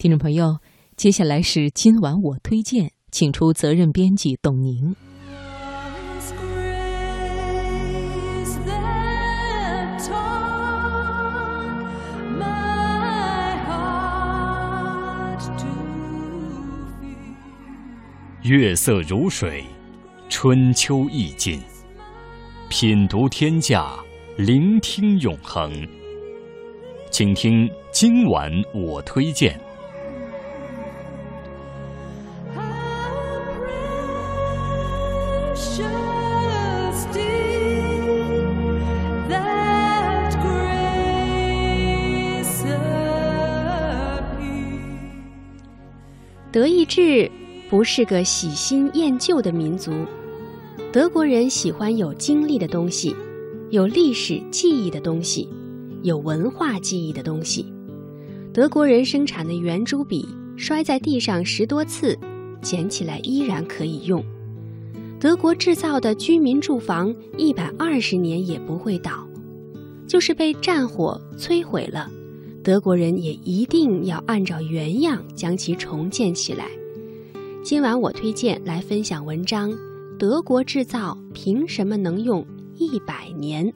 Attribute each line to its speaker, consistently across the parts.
Speaker 1: 听众朋友，接下来是今晚我推荐，请出责任编辑董宁。
Speaker 2: 月色如水，春秋意境，品读天下，聆听永恒。请听今晚我推荐。
Speaker 3: 德意志不是个喜新厌旧的民族，德国人喜欢有经历的东西，有历史记忆的东西，有文化记忆的东西。德国人生产的圆珠笔摔在地上10多次，捡起来依然可以用。德国制造的居民住房120年也不会倒，就是被战火摧毁了，德国人也一定要按照原样将其重建起来。今晚我推荐来分享文章，德国制造凭什么能用100年？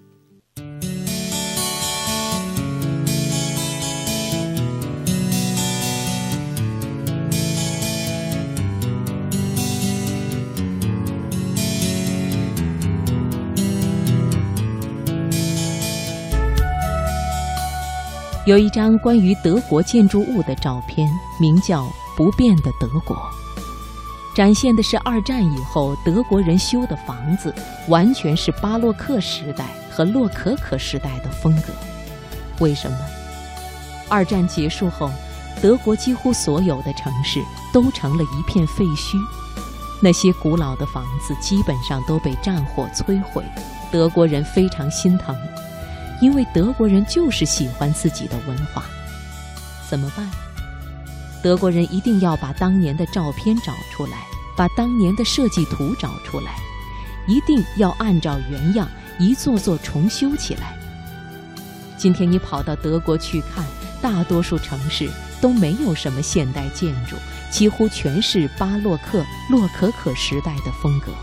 Speaker 1: 有一张关于德国建筑物的照片，名叫《不变的德国》，展现的是2战以后德国人修的房子，完全是巴洛克时代和洛可可时代的风格。为什么？2战结束后，德国几乎所有的城市都成了一片废墟，那些古老的房子基本上都被战火摧毁，德国人非常心疼。因为德国人就是喜欢自己的文化，怎么办？德国人一定要把当年的照片找出来，把当年的设计图找出来，一定要按照原样一座座重修起来。今天你跑到德国去看，大多数城市都没有什么现代建筑，几乎全是巴洛克、洛可可时代的风格。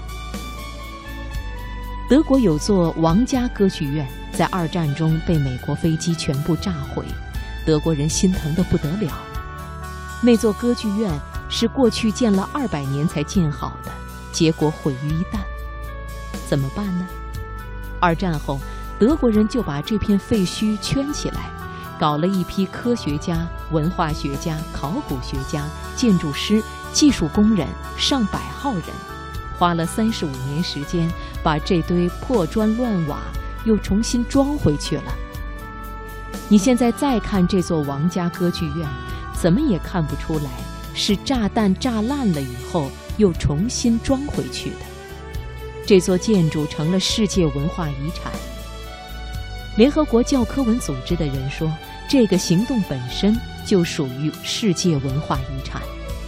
Speaker 1: 德国有座王家歌剧院，在2战中被美国飞机全部炸毁，德国人心疼得不得了。那座歌剧院是过去建了200年才建好的，结果毁于一旦。怎么办呢？2战后，德国人就把这片废墟圈起来，搞了一批科学家、文化学家、考古学家、建筑师、技术工人上百号人，花了35年时间，把这堆破砖乱瓦又重新装回去了。你现在再看这座王家歌剧院，怎么也看不出来是炸弹炸烂了以后又重新装回去的。这座建筑成了世界文化遗产。联合国教科文组织的人说，这个行动本身就属于世界文化遗产。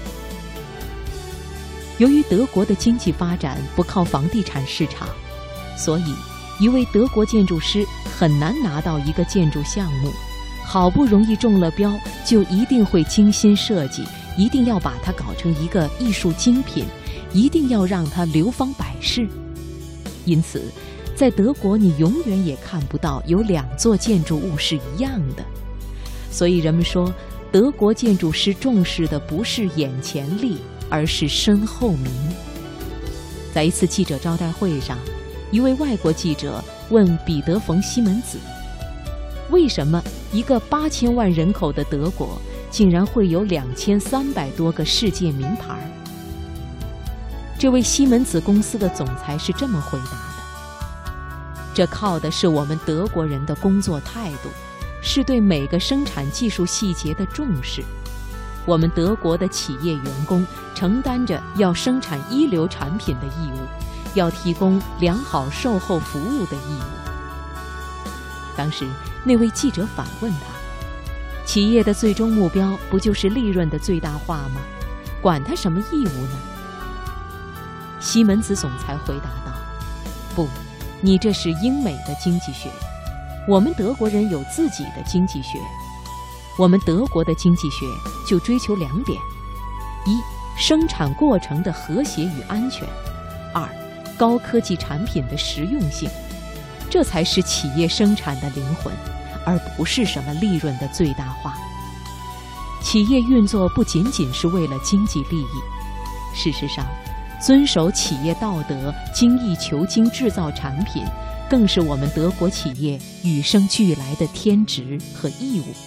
Speaker 1: 由于德国的经济发展不靠房地产市场，所以一位德国建筑师很难拿到一个建筑项目，好不容易中了标，就一定会精心设计，一定要把它搞成一个艺术精品，一定要让它流芳百世。因此在德国你永远也看不到有2座建筑物是一样的。所以人们说，德国建筑师重视的不是眼前利，而是身后名。在一次记者招待会上，一位外国记者问彼得·冯·西门子，为什么一个8000万人口的德国竟然会有2300多个世界名牌？这位西门子公司的总裁是这么回答的：这靠的是我们德国人的工作态度，是对每个生产技术细节的重视。我们德国的企业员工承担着要生产一流产品的义务，要提供良好售后服务的义务。当时那位记者反问他，企业的最终目标不就是利润的最大化吗？管他什么义务呢？西门子总裁回答道，不，你这是英美的经济学，我们德国人有自己的经济学。 我们德国的经济学就追求2点：一、生产过程的和谐与安全；二、高科技产品的实用性。这才是企业生产的灵魂，而不是什么利润的最大化。企业运作不仅仅是为了经济利益，事实上，遵守企业道德、精益求精制造产品，更是我们德国企业与生俱来的天职和义务。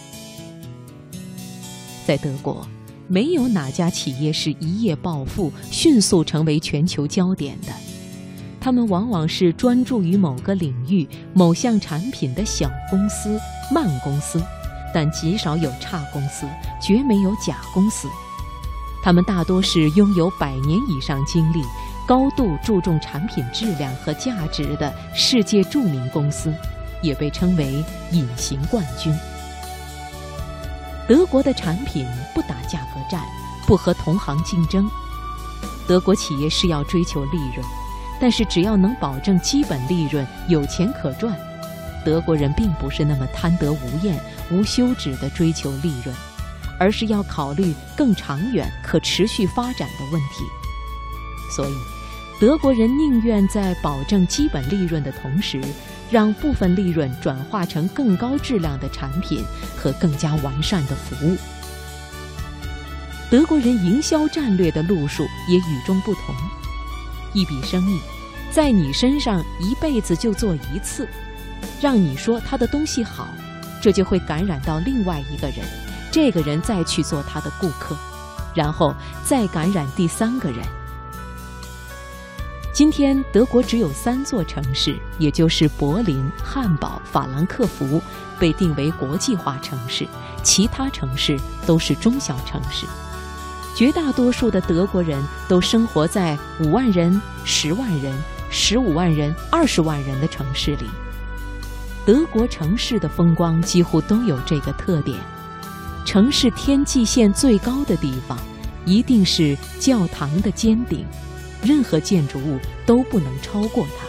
Speaker 1: 在德国，没有哪家企业是一夜暴富、迅速成为全球焦点的。他们往往是专注于某个领域、某项产品的小公司、慢公司，但极少有差公司，绝没有假公司。他们大多是拥有100年以上经历、高度注重产品质量和价值的世界著名公司，也被称为隐形冠军。德国的产品不打价格战，不和同行竞争。德国企业是要追求利润，但是只要能保证基本利润，有钱可赚，德国人并不是那么贪得无厌、无休止地追求利润，而是要考虑更长远、可持续发展的问题。所以，德国人宁愿在保证基本利润的同时，让部分利润转化成更高质量的产品和更加完善的服务。德国人营销战略的路数也与众不同。一笔生意，在你身上一辈子就做一次，让你说他的东西好，这就会感染到另外一个人，这个人再去做他的顾客，然后再感染第3个人。今天德国只有3座城市，也就是柏林、汉堡、法兰克福，被定为国际化城市，其他城市都是中小城市。绝大多数的德国人都生活在5万人、10万人、15万人、20万人的城市里。德国城市的风光几乎都有这个特点：城市天际线最高的地方，一定是教堂的尖顶，任何建筑物都不能超过它。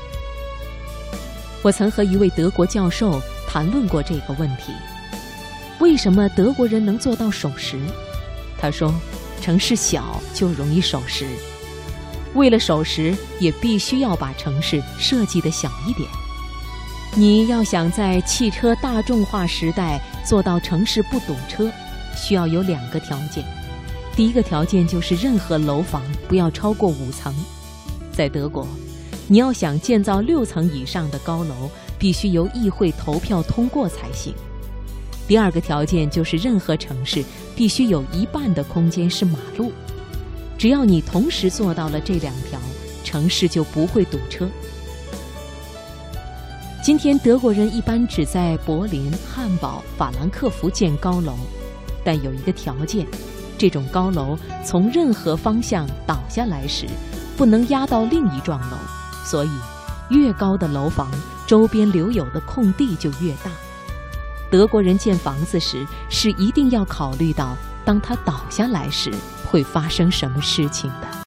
Speaker 1: 我曾和一位德国教授谈论过这个问题：为什么德国人能做到守时？他说，城市小就容易守时，为了守时，也必须要把城市设计得小一点。你要想在汽车大众化时代做到城市不堵车，需要有2个条件。第一个条件就是任何楼房不要超过5层。在德国，你要想建造6层以上的高楼，必须由议会投票通过才行。第2个条件就是任何城市必须有1半的空间是马路。只要你同时做到了这2条，城市就不会堵车。今天德国人一般只在柏林、汉堡、法兰克福建高楼，但有一个条件，这种高楼从任何方向倒下来时，不能压到另一幢楼，所以越高的楼房周边留有的空地就越大。德国人建房子时是一定要考虑到，当它倒下来时会发生什么事情的。